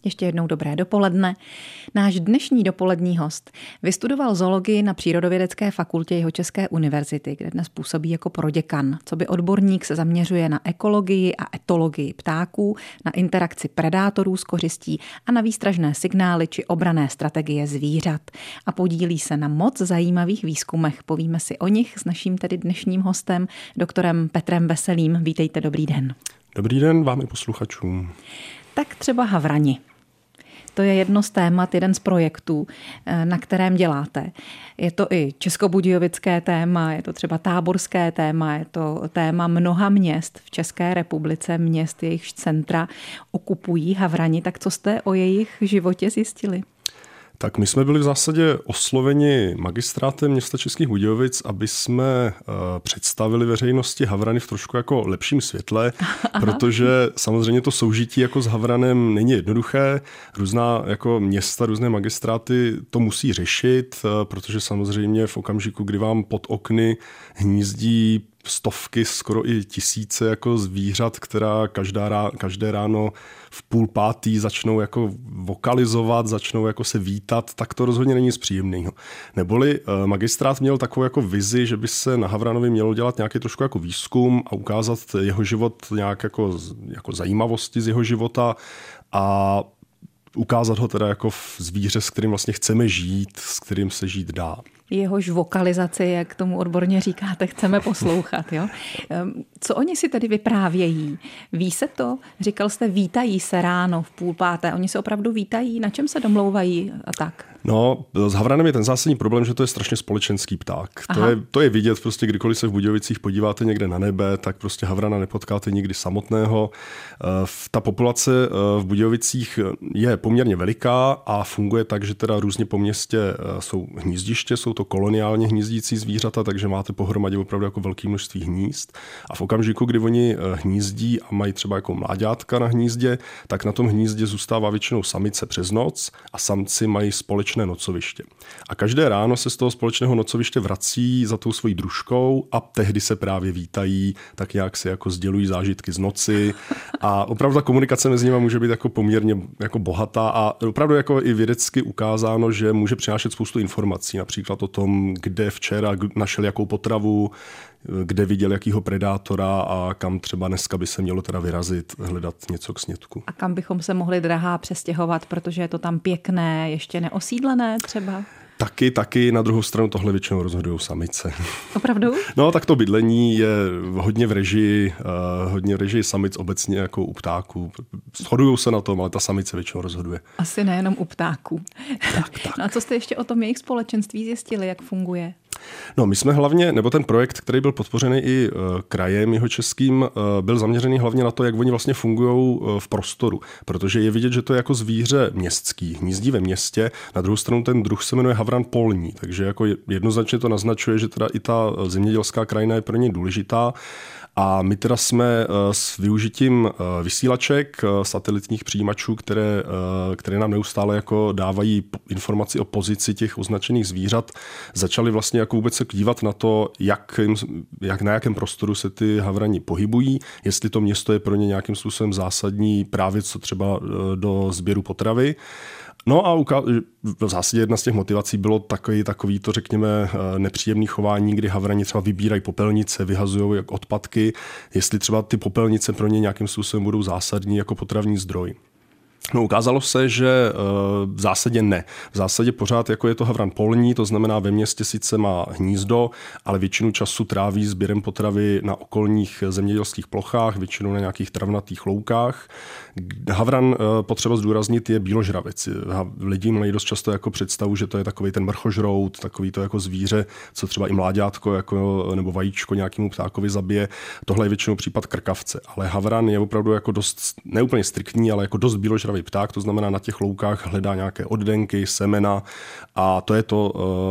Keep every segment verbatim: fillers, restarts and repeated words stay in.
Ještě jednou dobré dopoledne. Náš dnešní dopolední host vystudoval zoologii na Přírodovědecké fakultě Jihočeské univerzity, kde dnes působí jako proděkan. Coby odborník se zaměřuje na ekologii a etologii ptáků, na interakci predátorů s kořistí a na výstražné signály či obranné strategie zvířat. A podílí se na moc zajímavých výzkumech. Povíme si o nich s naším tedy dnešním hostem, doktorem Petrem Veselým. Vítejte, dobrý den. Dobrý den vám i posluchačům. Tak třeba havrani. To je jedno z témat, jeden z projektů, na kterém děláte. Je to i českobudějovické téma, je to třeba táborské téma, je to téma mnoha měst v České republice, měst, jejichž centra okupují havrani. Tak co jste o jejich životě zjistili? Tak my jsme byli v zásadě osloveni magistrátem města Českých Budějovic, aby jsme uh, představili veřejnosti havrany v trošku jako lepším světle, Aha. protože samozřejmě to soužití jako s havranem není jednoduché. Různá jako města, různé magistráty to musí řešit, uh, protože samozřejmě v okamžiku, kdy vám pod okny hnízdí stovky, skoro i tisíce jako zvířat, která každá rá, každé ráno v půl pátý začnou jako vokalizovat, začnou jako se vítat, tak to rozhodně není nic příjemného. Neboli magistrát měl takovou jako vizi, že by se na havranovi mělo dělat nějaký trošku jako výzkum a ukázat jeho život nějak jako, jako zajímavosti z jeho života a ukázat ho teda jako v zvíře, s kterým vlastně chceme žít, s kterým se žít dá. Jehož vokalizaci, jak tomu odborně říkáte, chceme poslouchat. Jo? Co oni si tedy vyprávějí? Ví se to? Říkal jste, vítají se ráno v půl páté. Oni se opravdu vítají? Na čem se domlouvají a tak? No, s havranem je ten zásadní problém, že to je strašně společenský pták. To je, to je vidět, prostě kdykoliv se v Budějovicích podíváte někde na nebe, tak prostě havrana nepotkáte nikdy samotného. Ta populace v Budějovicích je poměrně veliká a funguje tak, že teda různě po městě jsou hnízdiště, jsou to koloniálně hnízdící zvířata, takže máte pohromadě opravdu jako velké množství hnízd. A v okamžiku, kdy oni hnízdí a mají třeba jako mláďátka na hnízdě, tak na tom hnízdě zůstává většinou samice přes noc a samci mají společné nocoviště. A každé ráno se z toho společného nocoviště vrací za tou svojí družkou a tehdy se právě vítají, tak nějak si jako sdělují zážitky z noci a opravdu ta komunikace mezi nimi může být jako poměrně jako bohatá a opravdu jako i vědecky ukázáno, že může přinášet spoustu informací, například o tom, kde včera našel jakou potravu, kde viděl jakýho predátora a kam třeba dneska by se mělo teda vyrazit, hledat něco k snědku. A kam bychom se mohli drahá přestěhovat, protože je to tam pěkné, ještě neosídlené třeba? Taky, taky, na druhou stranu tohle většinou rozhodují samice. Opravdu? No, tak to bydlení je hodně v režii, uh, hodně v režii samic obecně jako u ptáků. Shodujou se na tom, ale ta samice většinou rozhoduje. Asi nejenom u ptáků. Tak, tak. No a co jste ještě o tom jejich společenství zjistili, jak funguje? No, my jsme hlavně, nebo ten projekt, který byl podpořený i krajem jihočeským, byl zaměřený hlavně na to, jak oni vlastně fungují v prostoru, protože je vidět, že to je jako zvíře městský, hnízdí ve městě, na druhou stranu ten druh se jmenuje havran polní, takže jako jednoznačně to naznačuje, že teda i ta zemědělská krajina je pro ně důležitá. A my teda jsme s využitím vysílaček, satelitních přijímačů, které, které nám neustále jako dávají informaci o pozici těch označených zvířat, začali vlastně jako vůbec se dívat na to, jak, jak na jakém prostoru se ty havrani pohybují, jestli to město je pro ně nějakým způsobem zásadní právě co třeba do sběru potravy. No a v zásadě jedna z těch motivací bylo takový, takový to, řekněme, nepříjemný chování, kdy havrani třeba vybírají popelnice, vyhazují jak odpadky, jestli třeba ty popelnice pro ně nějakým způsobem budou zásadní jako potravní zdroj. No, ukázalo se, že v zásadě ne. V zásadě pořád jako je to havran polní, to znamená ve městě sice má hnízdo, ale většinu času tráví sběrem potravy na okolních zemědělských plochách, většinou na nějakých travnatých loukách. Havran, potřeba zdůraznit, je bíložravec. Lidi mají dost často jako představu, že to je takový ten mrchožrout, takový to jako zvíře, co třeba i mláďátko jako, nebo vajíčko nějakému ptákovi zabije. Tohle je většinou případ krkavce, ale havran je opravdu jako dost, neúplně striktní, ale jako dost bíložravý pták, to znamená na těch loukách hledá nějaké oddenky, semena a to je to,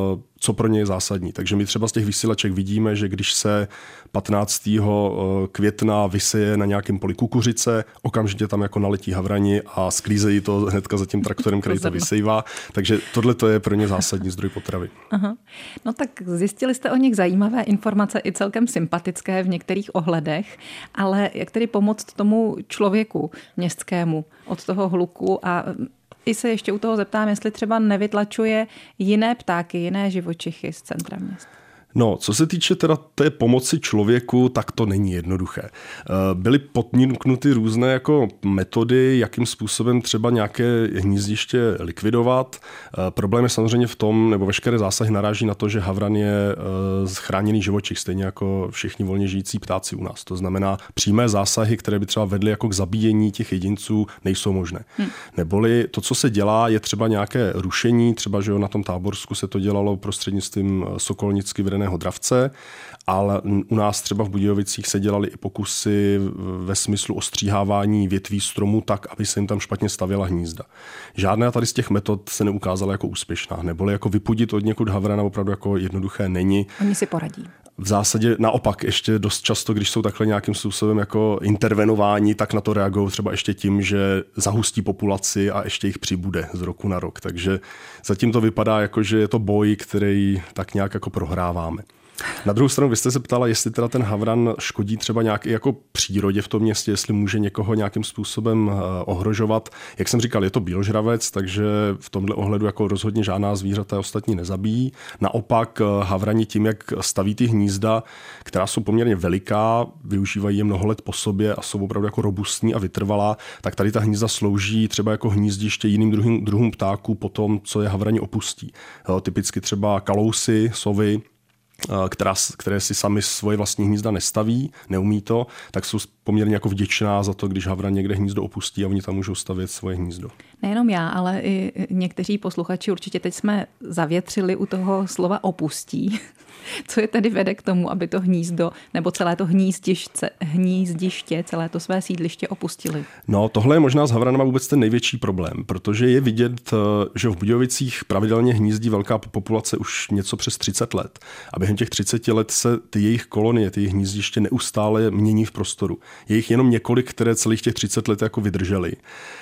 co pro ně je zásadní. Takže my třeba z těch vysílaček vidíme, že když se patnáctého května vyseje na nějakém poli kukuřice, okamžitě tam jako naletí havrani a sklízejí to hnedka za tím traktorem, který to vysejvá. Takže tohle to je pro ně zásadní zdroj potravy. Aha. No tak zjistili jste o nich zajímavé informace i celkem sympatické v některých ohledech, ale jak tedy pomoct tomu člověku městskému od toho hluku a i se ještě u toho zeptám, jestli třeba nevytlačuje jiné ptáky, jiné živočichy z centra města. No, co se týče teda té pomoci člověku, tak to není jednoduché. Byly podniknuty různé jako metody, jakým způsobem třeba nějaké hnízdiště likvidovat. Problém je samozřejmě v tom, nebo veškeré zásahy naráží na to, že havran je chráněný živočich, stejně jako všichni volně žijící ptáci u nás. To znamená, přímé zásahy, které by třeba vedly jako k zabíjení těch jedinců, nejsou možné. Hmm. Neboli to, co se dělá, je třeba nějaké rušení, třeba že jo, na tom Táborsku se to dělalo prostřednictvím sokolnicky vedené dravce, ale u nás třeba v Budějovicích se dělaly i pokusy ve smyslu ostříhávání větví stromů tak, aby se jim tam špatně stavěla hnízda. Žádná tady z těch metod se neukázala jako úspěšná, neboli jako vypudit od někud havrana opravdu jako jednoduché není. Oni si poradí. V zásadě naopak ještě dost často, když jsou takhle nějakým způsobem jako intervenováni, tak na to reagují třeba ještě tím, že zahustí populaci a ještě jich přibude z roku na rok. Takže zatím to vypadá jako, že je to boj, který tak nějak jako prohráváme. Na druhou stranu, vy jste se ptala, jestli teda ten havran škodí třeba nějak i jako přírodě v tom městě, jestli může někoho nějakým způsobem ohrožovat. Jak jsem říkal, je to býložravec, takže v tomhle ohledu jako rozhodně žádná zvířata ostatní nezabíjí. Naopak havrani tím, jak staví ty hnízda, která jsou poměrně veliká, využívají je mnoho let po sobě a jsou opravdu jako robustní a vytrvalá, tak tady ta hnízda slouží třeba jako hnízdiště jiným druhým, druhům ptáků po tom, co je havrani opustí. Typicky třeba kalousy, sovy, Která, které si sami svoje vlastní hnízda nestaví, neumí to, tak jsou poměrně jako vděčná za to, když havran někde hnízdo opustí a oni tam můžou stavět svoje hnízdo. Nejenom já, ale i někteří posluchači určitě teď jsme zavětřili u toho slova opustí. Co je tedy vede k tomu, aby to hnízdo nebo celé to hnízdiště, hnízdiště, celé to své sídliště opustili? No, tohle je možná s havranama vůbec ten největší problém, protože je vidět, že v Budějovicích pravidelně hnízdí velká populace už něco přes třicet let. A během těch třiceti let se ty jejich kolonie, ty jejich hnízdiště neustále mění v prostoru. Je jich jenom několik, které celých těch třicet let jako vydržely.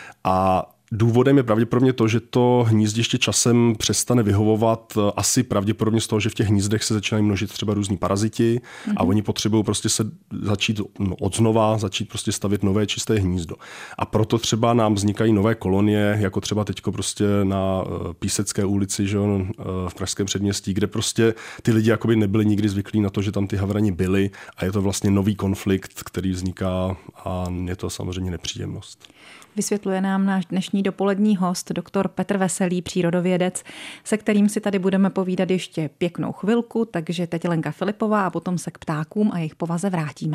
A důvodem je pravděpodobně to, že to hnízdiště časem přestane vyhovovat, asi pravděpodobně z toho, že v těch hnízdech se začínají množit třeba různí paraziti mm-hmm. a oni potřebují prostě se začít no, odznova, začít prostě stavět nové čisté hnízdo. A proto třeba nám vznikají nové kolonie, jako třeba teďko prostě na Písecké ulici, že on, v pražském předměstí, kde prostě ty lidi jakoby nebyli nikdy zvyklí na to, že tam ty havrani byli a je to vlastně nový konflikt, který vzniká a je to samozřejmě nepříjemnost. Vysvětluje nám náš dnešní dopolední host, doktor Petr Veselý, přírodovědec, se kterým si tady budeme povídat ještě pěknou chvilku, takže teď Lenka Filipová a potom se k ptákům a jejich povaze vrátíme.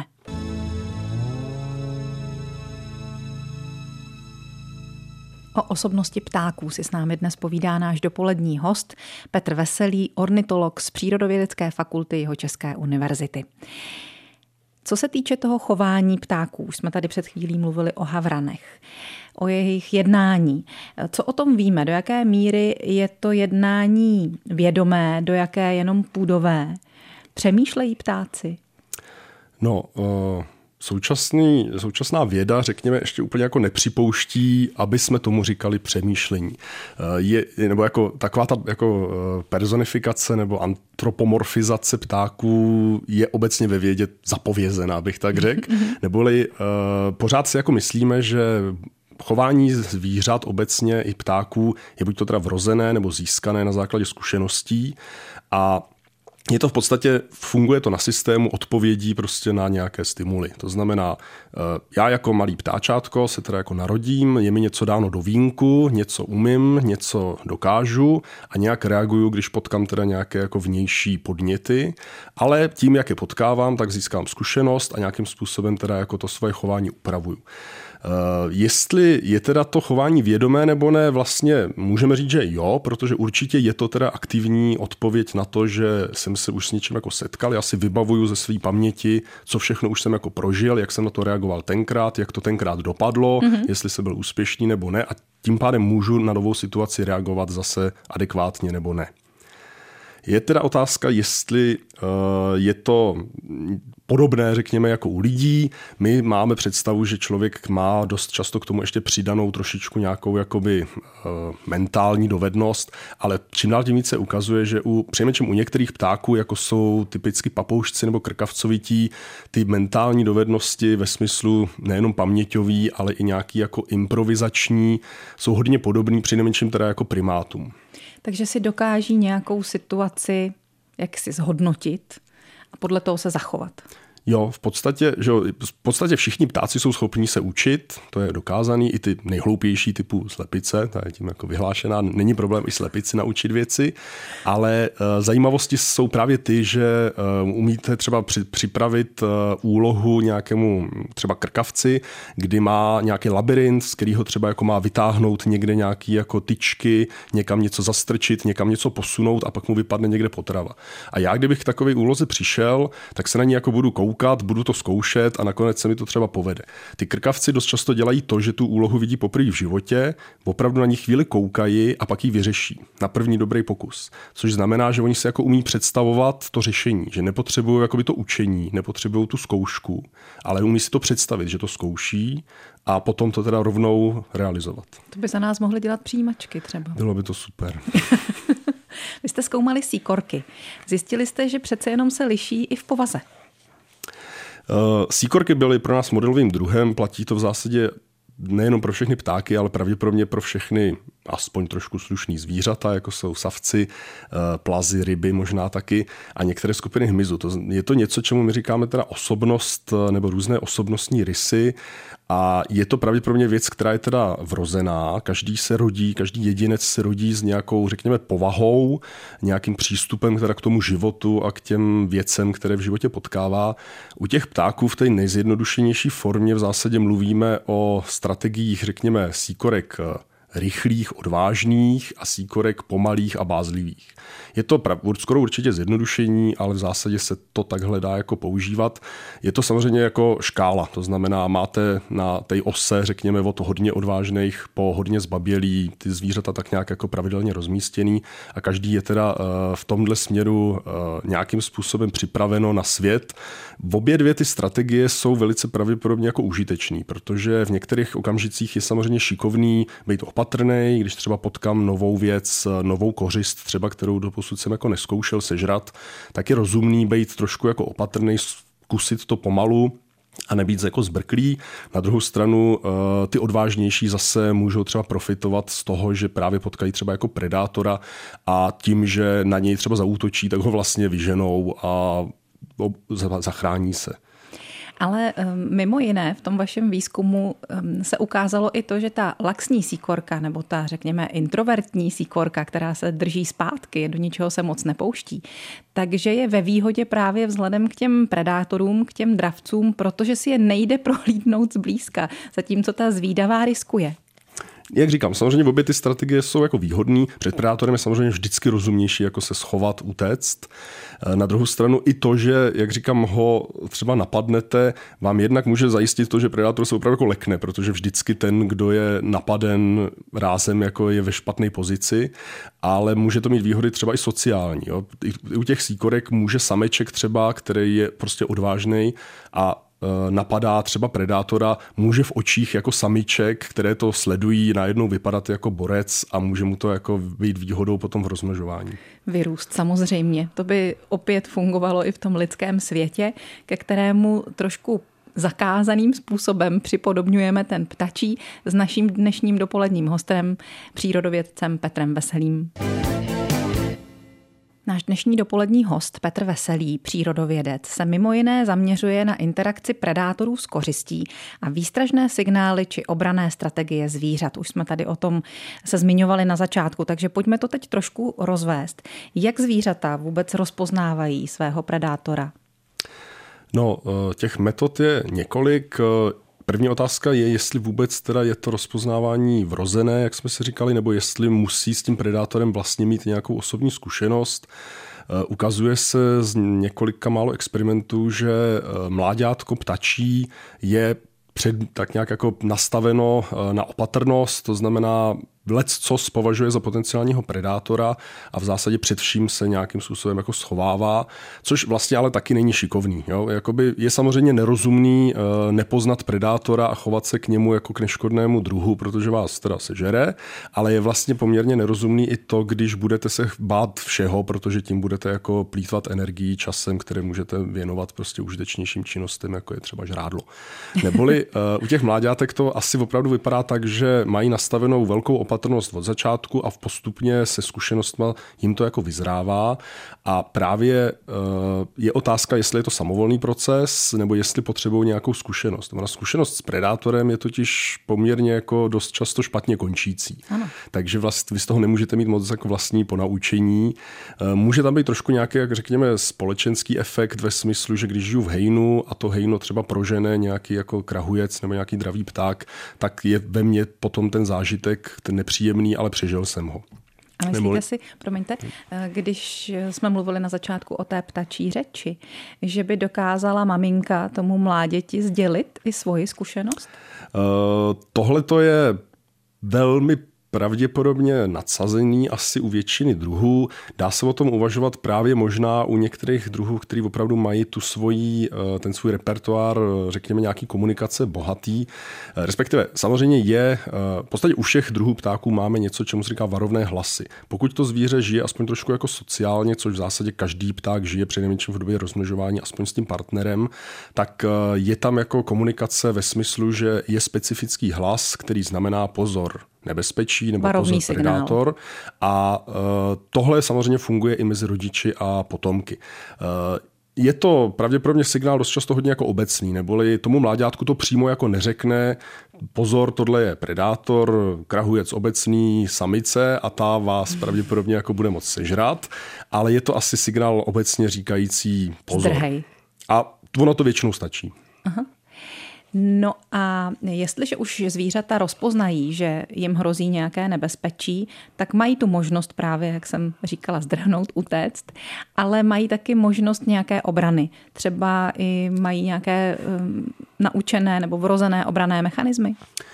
O osobnosti ptáků si s námi dnes povídá náš dopolední host Petr Veselý, ornitolog z Přírodovědecké fakulty Jihočeské univerzity. Co se týče toho chování ptáků, už jsme tady před chvílí mluvili o havranech, o jejich jednání. Co o tom víme? Do jaké míry je to jednání vědomé, do jaké jenom půdové? Přemýšlejí ptáci? No, uh... Současný, současná věda, řekněme, ještě úplně jako nepřipouští, aby jsme tomu říkali přemýšlení. Je, nebo jako taková ta jako personifikace nebo antropomorfizace ptáků je obecně ve vědě zapovězená, bych tak řekl. Neboli pořád si jako myslíme, že chování zvířat obecně i ptáků je buď to teda vrozené nebo získané na základě zkušeností a je to v podstatě, funguje to na systému odpovědí prostě na nějaké stimuly. To znamená, já jako malý ptáčátko se teda jako narodím, je mi něco dáno do vínku, něco umím, něco dokážu a nějak reaguju, když potkám teda nějaké jako vnější podněty, ale tím, jak je potkávám, tak získám zkušenost a nějakým způsobem teda jako to svoje chování upravuju. Uh, jestli je teda to chování vědomé nebo ne, vlastně můžeme říct, že jo, protože určitě je to teda aktivní odpověď na to, že jsem se už s něčím jako setkal, já si vybavuju ze své paměti, co všechno už jsem jako prožil, jak jsem na to reagoval tenkrát, jak to tenkrát dopadlo, mm-hmm. jestli jsem byl úspěšný nebo ne a tím pádem můžu na novou situaci reagovat zase adekvátně nebo ne. Je teda otázka, jestli je to podobné, řekněme, jako u lidí. My máme představu, že člověk má dost často k tomu ještě přidanou trošičku nějakou jakoby mentální dovednost, ale čím dál tím více ukazuje, že u, přinejmenším u některých ptáků, jako jsou typicky papoušci nebo krkavcovití, ty mentální dovednosti ve smyslu nejenom paměťový, ale i nějaký jako improvizační, jsou hodně podobný, přinejmenším teda jako primátům. Takže si dokáží nějakou situaci jak si zhodnotit a podle toho se zachovat. Jo, v podstatě, že jo, v podstatě všichni ptáci jsou schopní se učit, to je dokázaný, i ty nejhloupější typu slepice, ta je tím jako vyhlášená, není problém i slepici naučit věci, ale uh, zajímavosti jsou právě ty, že uh, umíte třeba při, připravit uh, úlohu nějakému třeba krkavci, kdy má nějaký labyrint, z kterého třeba jako má vytáhnout někde nějaký jako tyčky, někam něco zastrčit, někam něco posunout a pak mu vypadne někde potrava. A já, kdybych k takové úloze přišel, tak se na ní jako budu koukat, budu to zkoušet a nakonec se mi to třeba povede. Ty krkavci dost často dělají to, že tu úlohu vidí poprvé v životě, opravdu na ní chvíli koukají a pak ji vyřeší na první dobrý pokus. Což znamená, že oni si jako umí představovat to řešení, že nepotřebují jakoby to učení, nepotřebují tu zkoušku, ale umí si to představit, že to zkouší a potom to teda rovnou realizovat. To by za nás mohly dělat přijímačky třeba. Bylo by to super. Vy jste zkoumali síkorky. Zjistili jste, že přece jenom se liší i v povaze. Uh, síkorky byly pro nás modelovým druhem, platí to v zásadě nejenom pro všechny ptáky, ale pravděpodobně pro všechny aspoň trošku slušný zvířata, jako jsou savci, plazy, ryby možná taky a některé skupiny hmyzu. To je to něco, čemu my říkáme teda osobnost nebo různé osobnostní rysy a je to pravděpodobně věc, která je teda vrozená. Každý se rodí, každý jedinec se rodí s nějakou, řekněme, povahou, nějakým přístupem teda k tomu životu a k těm věcem, které v životě potkává. U těch ptáků v té nejzjednodušenější formě v zásadě mluvíme o strategiích, řekněme, síkorek rychlých, odvážných a síkorek pomalých a bázlivých. Je to prav, skoro určitě zjednodušení, ale v zásadě se to takhle dá jako používat. Je to samozřejmě jako škála, to znamená, máte na té ose, řekněme, od hodně odvážných po hodně zbabělý, ty zvířata tak nějak jako pravidelně rozmístěný a každý je teda v tomhle směru nějakým způsobem připraveno na svět. V obě dvě ty strategie jsou velice pravděpodobně jako užitečný, protože v některých okamžicích je samozřejmě šikovný být opatrný, když třeba potkám novou věc, novou kořist, třeba kterou doposud jsem jako neskoušel sežrat, tak je rozumný být trošku jako opatrný, zkusit to pomalu a nebýt jako zbrklý. Na druhou stranu ty odvážnější zase můžou třeba profitovat z toho, že právě potkají třeba jako predátora a tím, že na něj třeba zaútočí, tak ho vlastně vyženou a zachrání se. Ale mimo jiné v tom vašem výzkumu se ukázalo i to, že ta laxní síkorka nebo ta, řekněme, introvertní síkorka, která se drží zpátky, do ničeho se moc nepouští, takže je ve výhodě právě vzhledem k těm predátorům, k těm dravcům, protože si je nejde prohlídnout zblízka, zatímco ta zvídavá riskuje. Jak říkám, samozřejmě obě ty strategie jsou jako výhodný. Před predátorem je samozřejmě vždycky rozumnější jako se schovat, utéct. Na druhou stranu i to, že, jak říkám, ho třeba napadnete, vám jednak může zajistit to, že predátor se opravdu jako lekne, protože vždycky ten, kdo je napaden rázem, jako je ve špatné pozici, ale může to mít výhody třeba i sociální. Jo. I u těch síkorek může sameček třeba, který je prostě odvážnej a napadá třeba predátora, může v očích jako samiček, které to sledují, najednou vypadat jako borec a může mu to jako být výhodou potom v rozmnožování. Vyrůst samozřejmě. To by opět fungovalo i v tom lidském světě, ke kterému trošku zakázaným způsobem připodobňujeme ten ptačí s naším dnešním dopoledním hostem, přírodovědcem Petrem Veselým. Náš dnešní dopolední host Petr Veselý, přírodovědec, se mimo jiné zaměřuje na interakci predátorů s kořistí a výstražné signály či obranné strategie zvířat. Už jsme tady o tom se zmiňovali na začátku, takže pojďme to teď trošku rozvést. Jak zvířata vůbec rozpoznávají svého predátora? No, těch metod je několik. První otázka je, jestli vůbec teda je to rozpoznávání vrozené, jak jsme si říkali, nebo jestli musí s tím predátorem vlastně mít nějakou osobní zkušenost. Ukazuje se z několika málo experimentů, že mláďátko ptačí je před, tak nějak jako nastaveno na opatrnost, to znamená, leccos považuje za potenciálního predátora a v zásadě před vším se nějakým způsobem jako schovává, což vlastně ale taky není šikovný. Jo? Jakoby je samozřejmě nerozumný uh, nepoznat predátora a chovat se k němu jako k neškodnému druhu, protože vás teda sežere, ale je vlastně poměrně nerozumný i to, když budete se bát všeho, protože tím budete jako plýtvat energií, časem, které můžete věnovat prostě užitečnějším činnostem, jako je třeba žrádlo. Neboli uh, u těch mláďátek to asi opravdu vypadá tak, že mají nastavenou velkou opatrnost od začátku a v postupně se zkušenostma jim to jako vyzrává a právě uh, je otázka, jestli je to samovolný proces, nebo jestli potřebují nějakou zkušenost. Ona zkušenost s predátorem je totiž poměrně jako dost často špatně končící. Ano. Takže vlastně vy z toho nemůžete mít moc jako vlastní ponaučení. Uh, může tam být trošku nějaký, jak řekněme, společenský efekt ve smyslu, že když žiju v hejnu a to hejno třeba prožene nějaký jako krahujec nebo nějaký dravý pták, tak je ve mně potom ten zážitek, ten nepříjemný, ale přežil jsem ho. A myslíte Neboli... si, promiňte, když jsme mluvili na začátku o té ptačí řeči, že by dokázala maminka tomu mláděti sdělit i svoji zkušenost? Uh, Tohle to je velmi pravděpodobně nadsazený asi u většiny druhů. Dá se o tom uvažovat právě možná u některých druhů, který opravdu mají tu svoji, ten svůj repertoár, řekněme nějaký komunikace bohatý. Respektive samozřejmě je, v podstatě u všech druhů ptáků máme něco, čemu se říká varovné hlasy. Pokud to zvíře žije aspoň trošku jako sociálně, což v zásadě každý pták žije přinejmenším v době rozmnožování aspoň s tím partnerem, tak je tam jako komunikace ve smyslu, že je specifický hlas, který znamená pozor, nebezpečí nebo varovný pozor predátor. A uh, tohle samozřejmě funguje i mezi rodiči a potomky. Uh, je to pravděpodobně signál dost často hodně jako obecný, neboli tomu mláďátku to přímo jako neřekne, pozor, tohle je predátor, krahujec obecný, samice a ta vás pravděpodobně jako bude moc sežrat, ale je to asi signál obecně říkající pozor. Zdrhej. A ono to většinou stačí. Aha. No a jestliže už zvířata rozpoznají, že jim hrozí nějaké nebezpečí, tak mají tu možnost právě, jak jsem říkala, zdrhnout, utéct, ale mají taky možnost nějaké obrany. Třeba i mají nějaké um, naučené nebo vrozené obranné mechanismy.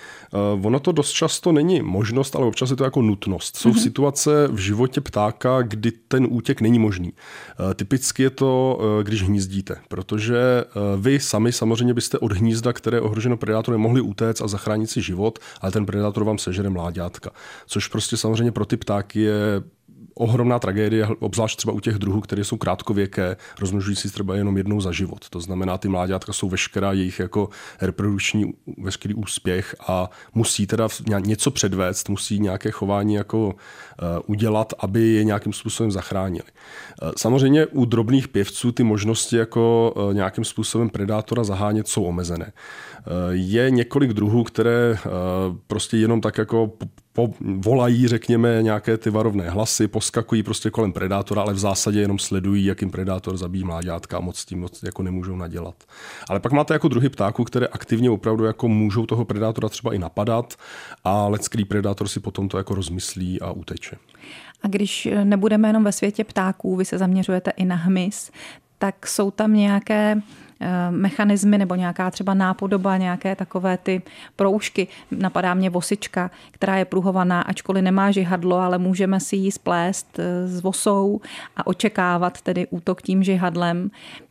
Uh, ono to dost často není možnost, ale občas je to jako nutnost. Jsou mm-hmm. situace v životě ptáka, kdy ten útěk není možný. Uh, typicky je to, uh, když hnízdíte, protože uh, vy sami samozřejmě byste od hnízda, které je ohroženo predátorem, mohli utéct a zachránit si život, ale ten predátor vám sežere mláďátka. Což prostě samozřejmě pro ty ptáky je ohromná tragédie, obzvlášť třeba u těch druhů, které jsou krátkověké, rozmnožují si třeba jenom jednou za život. To znamená, ty mláďátka jsou veškerá jejich jako reprodukční veškerý úspěch a musí teda něco předvést, musí nějaké chování jako uh, udělat, aby je nějakým způsobem zachránili. Uh, samozřejmě u drobných pěvců ty možnosti jako uh, nějakým způsobem predátora zahánět jsou omezené. Uh, je několik druhů, které uh, prostě jenom tak jako po, volají, řekněme, nějaké ty varovné hlasy, poskakují prostě kolem predátora, ale v zásadě jenom sledují, jak jim predátor zabíjí mláďátka a moc s tím moc jako nemůžou nadělat. Ale pak máte jako druhy ptáků, které aktivně opravdu jako můžou toho predátora třeba i napadat a lecký predátor si potom to jako rozmyslí a uteče. A když nebudeme jenom ve světě ptáků, vy se zaměřujete i na hmyz, tak jsou tam nějaké mechanismy nebo nějaká třeba nápodoba, nějaké takové ty proužky. Napadá mě vosička, která je pruhovaná, ačkoliv nemá žihadlo, ale můžeme si ji splést s vosou a očekávat tedy útok tím žihadlem.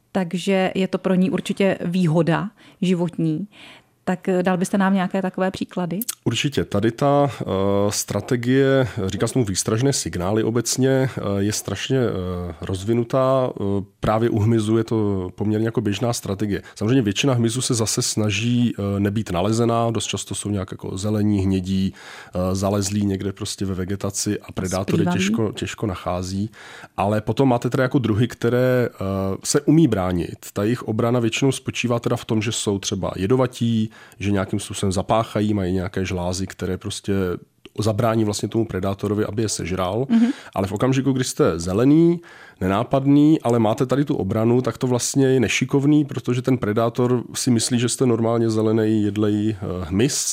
Takže je to pro ní určitě výhoda životní. Tak dal byste nám nějaké takové příklady? Určitě. Tady ta uh, strategie, říká se mu výstražné signály obecně, uh, je strašně uh, rozvinutá. Uh, právě u hmyzu je to poměrně jako běžná strategie. Samozřejmě většina hmyzu se zase snaží uh, nebýt nalezená, dost často jsou nějak jako zelení, hnědí, uh, zalezlí někde prostě ve vegetaci a predátory těžko, těžko nachází. Ale potom máte teda jako druhy, které uh, se umí bránit. Ta jejich obrana většinou spočívá teda v tom, že jsou třeba jedovatí, že nějakým způsobem zapáchají, mají nějaké žlázy, které prostě zabrání vlastně tomu predátorovi, aby je sežral. Mm-hmm. Ale v okamžiku, kdy jste zelený, nenápadný, ale máte tady tu obranu, tak to vlastně je nešikovný, protože ten predátor si myslí, že jste normálně zelený jedlej hmyz,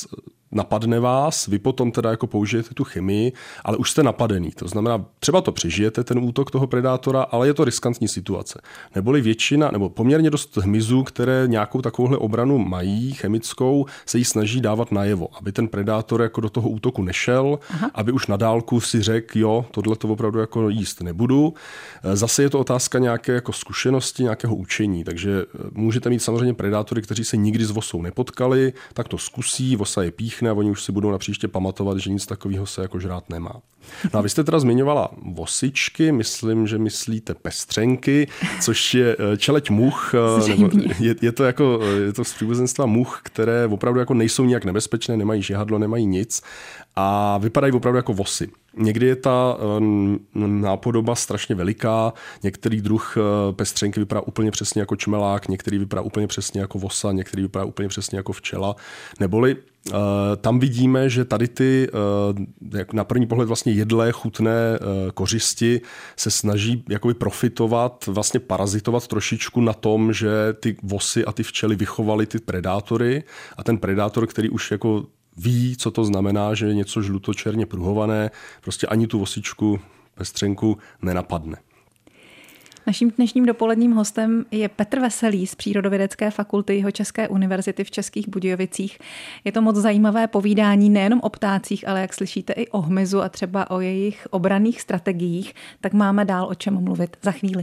napadne vás, vy potom teda jako použijete tu chemii, ale už jste napadený. To znamená, třeba to přežijete, ten útok toho predátora, ale je to riskantní situace. Neboli většina, nebo poměrně dost hmyzů, které nějakou takovouhle obranu mají, chemickou, se jí snaží dávat najevo, aby ten predátor jako do toho útoku nešel, Aha. aby už na dálku si řekl, jo, tohle to opravdu jako jíst nebudu. Zase je to otázka nějaké jako zkušenosti, nějakého učení, takže můžete mít samozřejmě predátory, kteří se nikdy s vosou nepotkali, tak to zkusí, vosa je píchne a oni už si budou napříště pamatovat, že nic takového se jako žrát nemá. No a vy jste teda zmiňovala vosičky, myslím, že myslíte pestřenky, což je čeleď much, nebo je, je to jako je to z příbuzenstva much, které opravdu jako nejsou nijak nebezpečné, nemají žihadlo, nemají nic a vypadají opravdu jako vosy. Někdy je ta nápodoba strašně veliká, některý druh pestřenky vypadá úplně přesně jako čmelák, některý vypadá úplně přesně jako vosa, některý vypadá úplně přesně jako včela, neboli tam vidíme, že tady ty na první pohled vlastně jedlé, chutné kořisti se snaží jakoby profitovat, vlastně parazitovat trošičku na tom, že ty vosy a ty včely vychovaly ty predátory a ten predátor, který už jako ví, co to znamená, že je něco žlutočerně pruhované, prostě ani tu vosičku, pestřenku nenapadne. Naším dnešním dopoledním hostem je Petr Veselý z Přírodovědecké fakulty Jihočeské univerzity v Českých Budějovicích. Je to moc zajímavé povídání nejenom o ptácích, ale jak slyšíte i o hmyzu a třeba o jejich obranných strategiích, tak máme dál o čem mluvit za chvíli.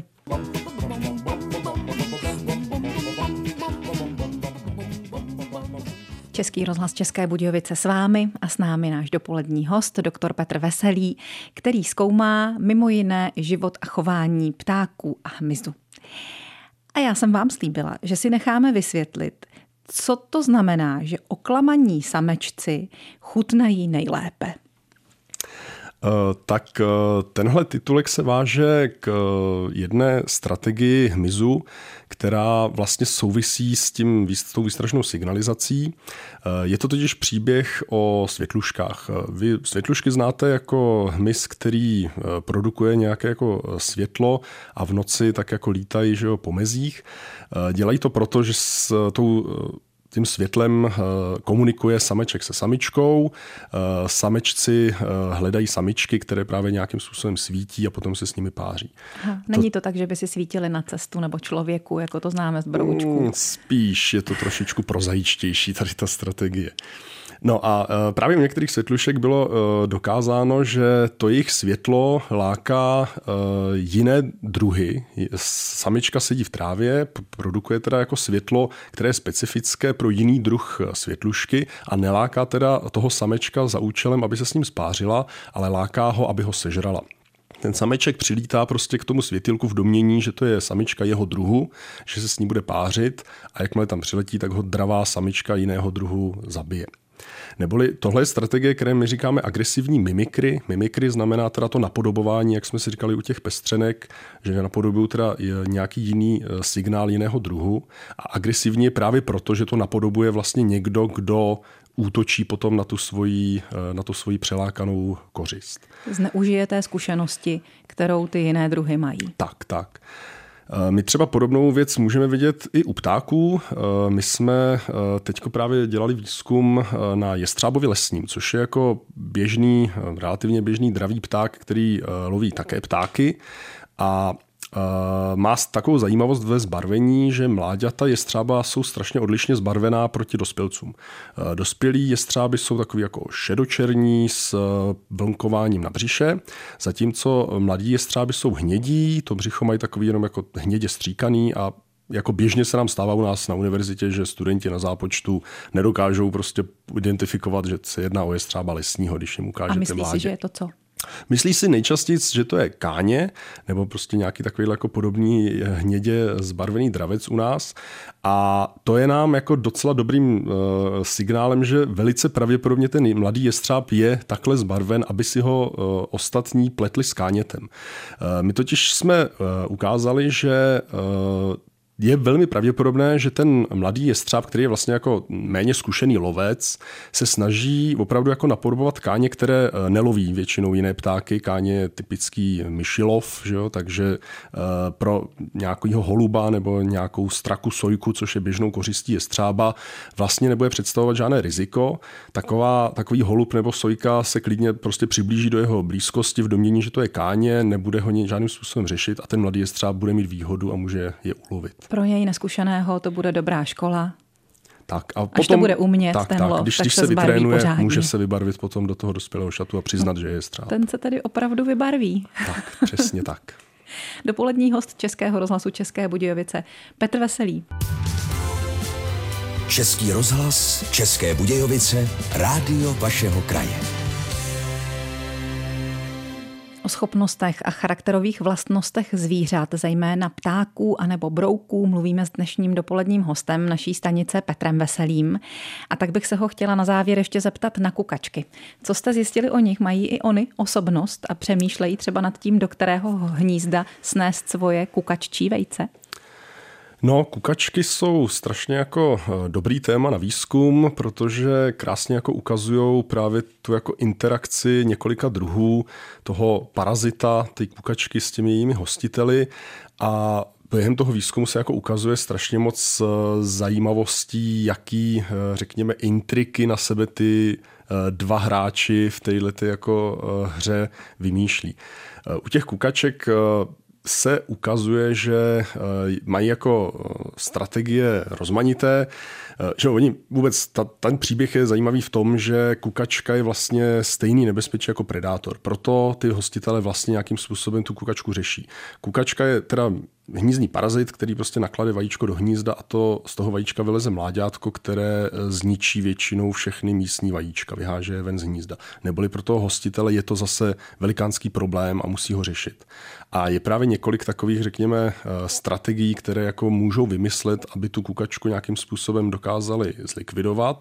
Český rozhlas České Budějovice s vámi a s námi náš dopolední host, doktor Petr Veselý, který zkoumá mimo jiné život a chování ptáků a hmyzu. A já jsem vám slíbila, že si necháme vysvětlit, co to znamená, že oklamaní samečci chutnají nejlépe. Tak tenhle titulek se váže k jedné strategii hmyzu, která vlastně souvisí s tím, s tou výstražnou signalizací. Je to totiž příběh o světluškách. Vy světlušky znáte jako hmyz, který produkuje nějaké jako světlo a v noci tak jako lítají, že jo, po mezích. Dělají to proto, že s tou tím světlem komunikuje sameček se samičkou. Samečci hledají samičky, které právě nějakým způsobem svítí a potom se s nimi páří. Aha, není to tak, že by si svítili na cestu nebo člověku, jako to známe z broučků? Spíš je to trošičku prozajíčtější tady ta strategie. No a právě u některých světlušek bylo dokázáno, že to jejich světlo láká jiné druhy. Samička sedí v trávě, produkuje teda jako světlo, které je specifické pro jiný druh světlušky a neláká teda toho samečka za účelem, aby se s ním spářila, ale láká ho, aby ho sežrala. Ten sameček přilítá prostě k tomu světilku v domnění, že to je samička jeho druhu, že se s ní bude pářit a jakmile tam přiletí, tak ho dravá samička jiného druhu zabije. Neboli tohle je strategie, které my říkáme agresivní mimikry. Mimikry znamená teda to napodobování, jak jsme si říkali u těch pestřenek, že napodobují teda nějaký jiný signál jiného druhu. A agresivní je právě proto, že to napodobuje vlastně někdo, kdo útočí potom na tu svoji, na tu svoji přelákanou kořist. Zneužije té zkušenosti, kterou ty jiné druhy mají. Tak, tak. My třeba podobnou věc můžeme vidět i u ptáků. My jsme teďko právě dělali výzkum na jestřábovi lesním, což je jako běžný, relativně běžný dravý pták, který loví také ptáky a má takovou zajímavost ve zbarvení, že mláďata jestřába jsou strašně odlišně zbarvená proti dospělcům. Dospělí jestřáby jsou takový jako šedočerní s vlnkováním na břiše, zatímco mladí jestřáby jsou hnědí, to břicho mají takový jenom jako hnědě stříkaný a jako běžně se nám stává u nás na univerzitě, že studenti na zápočtu nedokážou prostě identifikovat, že se jedná o jestřába lesního, když jim ukážete mládě. A myslí si, že je to co? Myslí si nejčastěji, že to je káně nebo prostě nějaký takový jako podobný hnědě zbarvený dravec u nás a to je nám jako docela dobrým uh, signálem, že velice pravděpodobně ten mladý jestřáb je takhle zbarven, aby si ho uh, ostatní pletli s kánětem. Uh, my totiž jsme uh, ukázali, že uh, je velmi pravděpodobné, že ten mladý jestřáb, který je vlastně jako méně zkušený lovec, se snaží opravdu jako napodobovat káně, které neloví většinou jiné ptáky. Káně je typický myšilov, že jo? Takže pro nějakého holuba nebo nějakou straku, sojku, což je běžnou kořistí jestřába, vlastně nebude představovat žádné riziko. Taková, takový holub nebo sojka se klidně prostě přiblíží do jeho blízkosti v domnění, že to je káně, nebude ho žádným způsobem řešit a ten mladý jestřáb bude mít výhodu a může je ulovit. Pro něj neskušeného to bude dobrá škola. Tak a až potom, to bude umět tak, ten tak, lov, když, tak když se, se vytrénuje, pořádně. Může se vybarvit potom do toho dospělého šatu a přiznat, no, že je jestřáb. Ten se tedy opravdu vybarví. Tak, přesně tak. Dopolední host Českého rozhlasu České Budějovice Petr Veselý. Český rozhlas, České Budějovice, rádio vašeho kraje. O schopnostech a charakterových vlastnostech zvířat, zejména ptáků anebo brouků, mluvíme s dnešním dopoledním hostem naší stanice Petrem Veselým. A tak bych se ho chtěla na závěr ještě zeptat na kukačky. Co jste zjistili o nich? Mají i oni osobnost a přemýšlejí třeba nad tím, do kterého hnízda snést svoje kukaččí vejce? No, kukačky jsou strašně jako dobrý téma na výzkum, protože krásně jako ukazujou právě tu jako interakci několika druhů toho parazita, ty kukačky s těmi jejími hostiteli a během toho výzkumu se jako ukazuje strašně moc zajímavostí, jaký, řekněme, intriky na sebe ty dva hráči v této jako hře vymýšlí. U těch kukaček se ukazuje, že mají jako strategie rozmanité, že oni vůbec ta, ten příběh je zajímavý v tom, že kukačka je vlastně stejný nebezpečí jako predátor. Proto ty hostitele vlastně nějakým způsobem tu kukačku řeší. Kukačka je teda hnízdní parazit, který prostě naklade vajíčko do hnízda a to z toho vajíčka vyleze mláďátko, které zničí většinou všechny místní vajíčka, vyháže je ven z hnízda. Neboli pro toho hostitele je to zase velikánský problém a musí ho řešit. A je právě několik takových, řekněme, strategií, které jako můžou vymyslet, aby tu kukačku nějakým způsobem dokázali zlikvidovat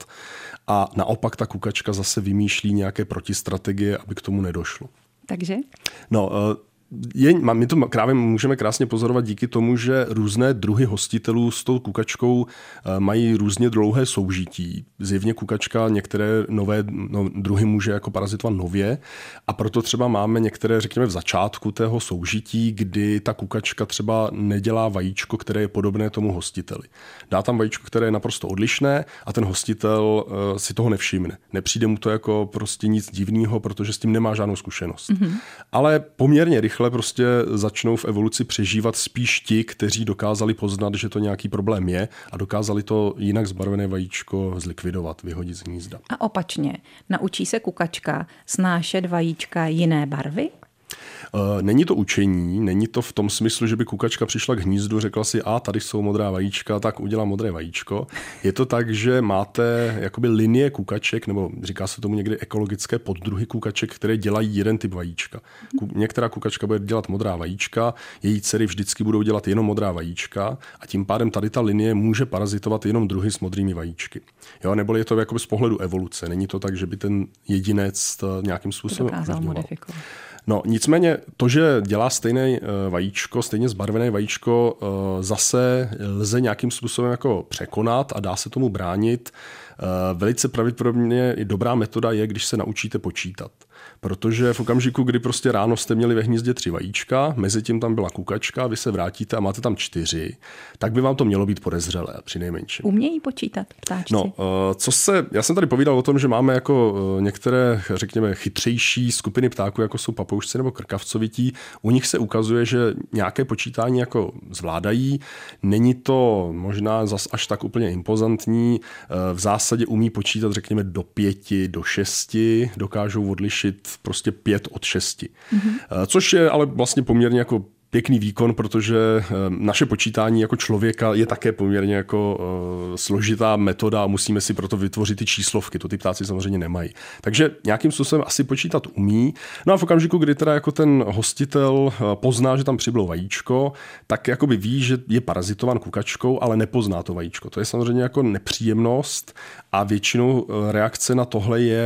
a naopak ta kukačka zase vymýšlí nějaké protistrategie, aby k tomu nedošlo. Takže? No, Je, my to právě můžeme krásně pozorovat díky tomu, že různé druhy hostitelů s tou kukačkou mají různě dlouhé soužití. Zjevně kukačka některé nové no, druhy může jako parazitovat nově a proto třeba máme některé, řekněme, v začátku tého soužití, kdy ta kukačka třeba nedělá vajíčko, které je podobné tomu hostiteli. Dá tam vajíčko, které je naprosto odlišné a ten hostitel uh, si toho nevšimne. Nepřijde mu to jako prostě nic divného, protože s tím nemá žádnou zkušenost. Mm-hmm. Ale poměrně rychle rychle prostě začnou v evoluci přežívat spíš ti, kteří dokázali poznat, že to nějaký problém je a dokázali to jinak zbarvené vajíčko zlikvidovat, vyhodit z hnízda. A opačně, naučí se kukačka snášet vajíčka jiné barvy? Není to učení, není to v tom smyslu, že by kukačka přišla k hnízdu, řekla si, a tady jsou modrá vajíčka, tak udělám modré vajíčko. Je to tak, že máte jakoby linie kukaček, nebo říká se tomu někdy ekologické poddruhy kukaček, které dělají jeden typ vajíčka. Některá kukačka bude dělat modrá vajíčka, její dcery vždycky budou dělat jenom modrá vajíčka a tím pádem tady ta linie může parazitovat jenom druhy s modrými vajíčky. Jo, nebo je to jakoby z pohledu evoluce. Není to tak, že by ten jedinec nějakým způsobem dokázal modifikovat. No, nicméně to, že dělá stejné vajíčko, stejně zbarvené vajíčko, zase lze nějakým způsobem jako překonat a dá se tomu bránit. Velice pravděpodobně i dobrá metoda je, když se naučíte počítat. Protože v okamžiku, kdy prostě ráno jste měli ve hnízdě tři vajíčka, mezi tím tam byla kukačka, vy se vrátíte a máte tam čtyři, tak by vám to mělo být podezřelé při nejmenším. Umějí počítat ptáčci? No, co se, já jsem tady povídal o tom, že máme jako některé, řekněme, chytřejší skupiny ptáků, jako jsou papoušci nebo krkavcovití. U nich se ukazuje, že nějaké počítání jako zvládají. Není to možná zas až tak úplně impozantní. V zásadě umí počítat, řekněme, do pěti, do šesti, dokážou odlišit prostě pět od šesti. Mm-hmm. Což je ale vlastně poměrně jako pěkný výkon, protože naše počítání jako člověka je také poměrně jako složitá metoda a musíme si proto vytvořit ty číslovky. To ty ptáci samozřejmě nemají. Takže nějakým způsobem asi počítat umí. No a v okamžiku, kdy teda jako ten hostitel pozná, že tam přibylo vajíčko, tak jakoby ví, že je parazitován kukačkou, ale nepozná to vajíčko. To je samozřejmě jako nepříjemnost a většinou reakce na tohle je, že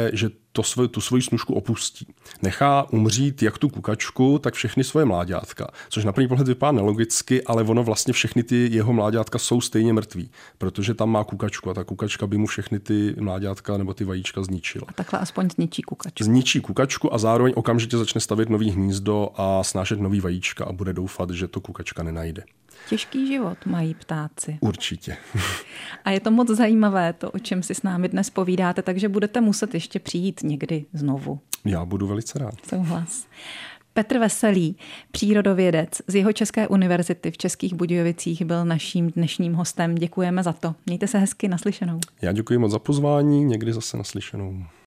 to svoj, tu svoji snužku opustí. Nechá umřít jak tu kukačku, tak všechny svoje mláďátka, což na první pohled vypadá nelogicky, ale ono vlastně všechny ty jeho mláďátka jsou stejně mrtví, protože tam má kukačku a ta kukačka by mu všechny ty mláďátka nebo ty vajíčka zničila. A takhle aspoň zničí kukačku. Zničí kukačku a zároveň okamžitě začne stavět nový hnízdo a snášet nový vajíčka a bude doufat, že to kukačka nenajde. Těžký život mají ptáci. Určitě. A je to moc zajímavé, to, o čem si s námi dnes povídáte, takže budete muset ještě přijít někdy znovu. Já budu velice rád. Souhlas. Petr Veselý, přírodovědec z Jihočeské univerzity v Českých Budějovicích, byl naším dnešním hostem. Děkujeme za to. Mějte se hezky, naslyšenou. Já děkuji moc za pozvání, někdy zase naslyšenou.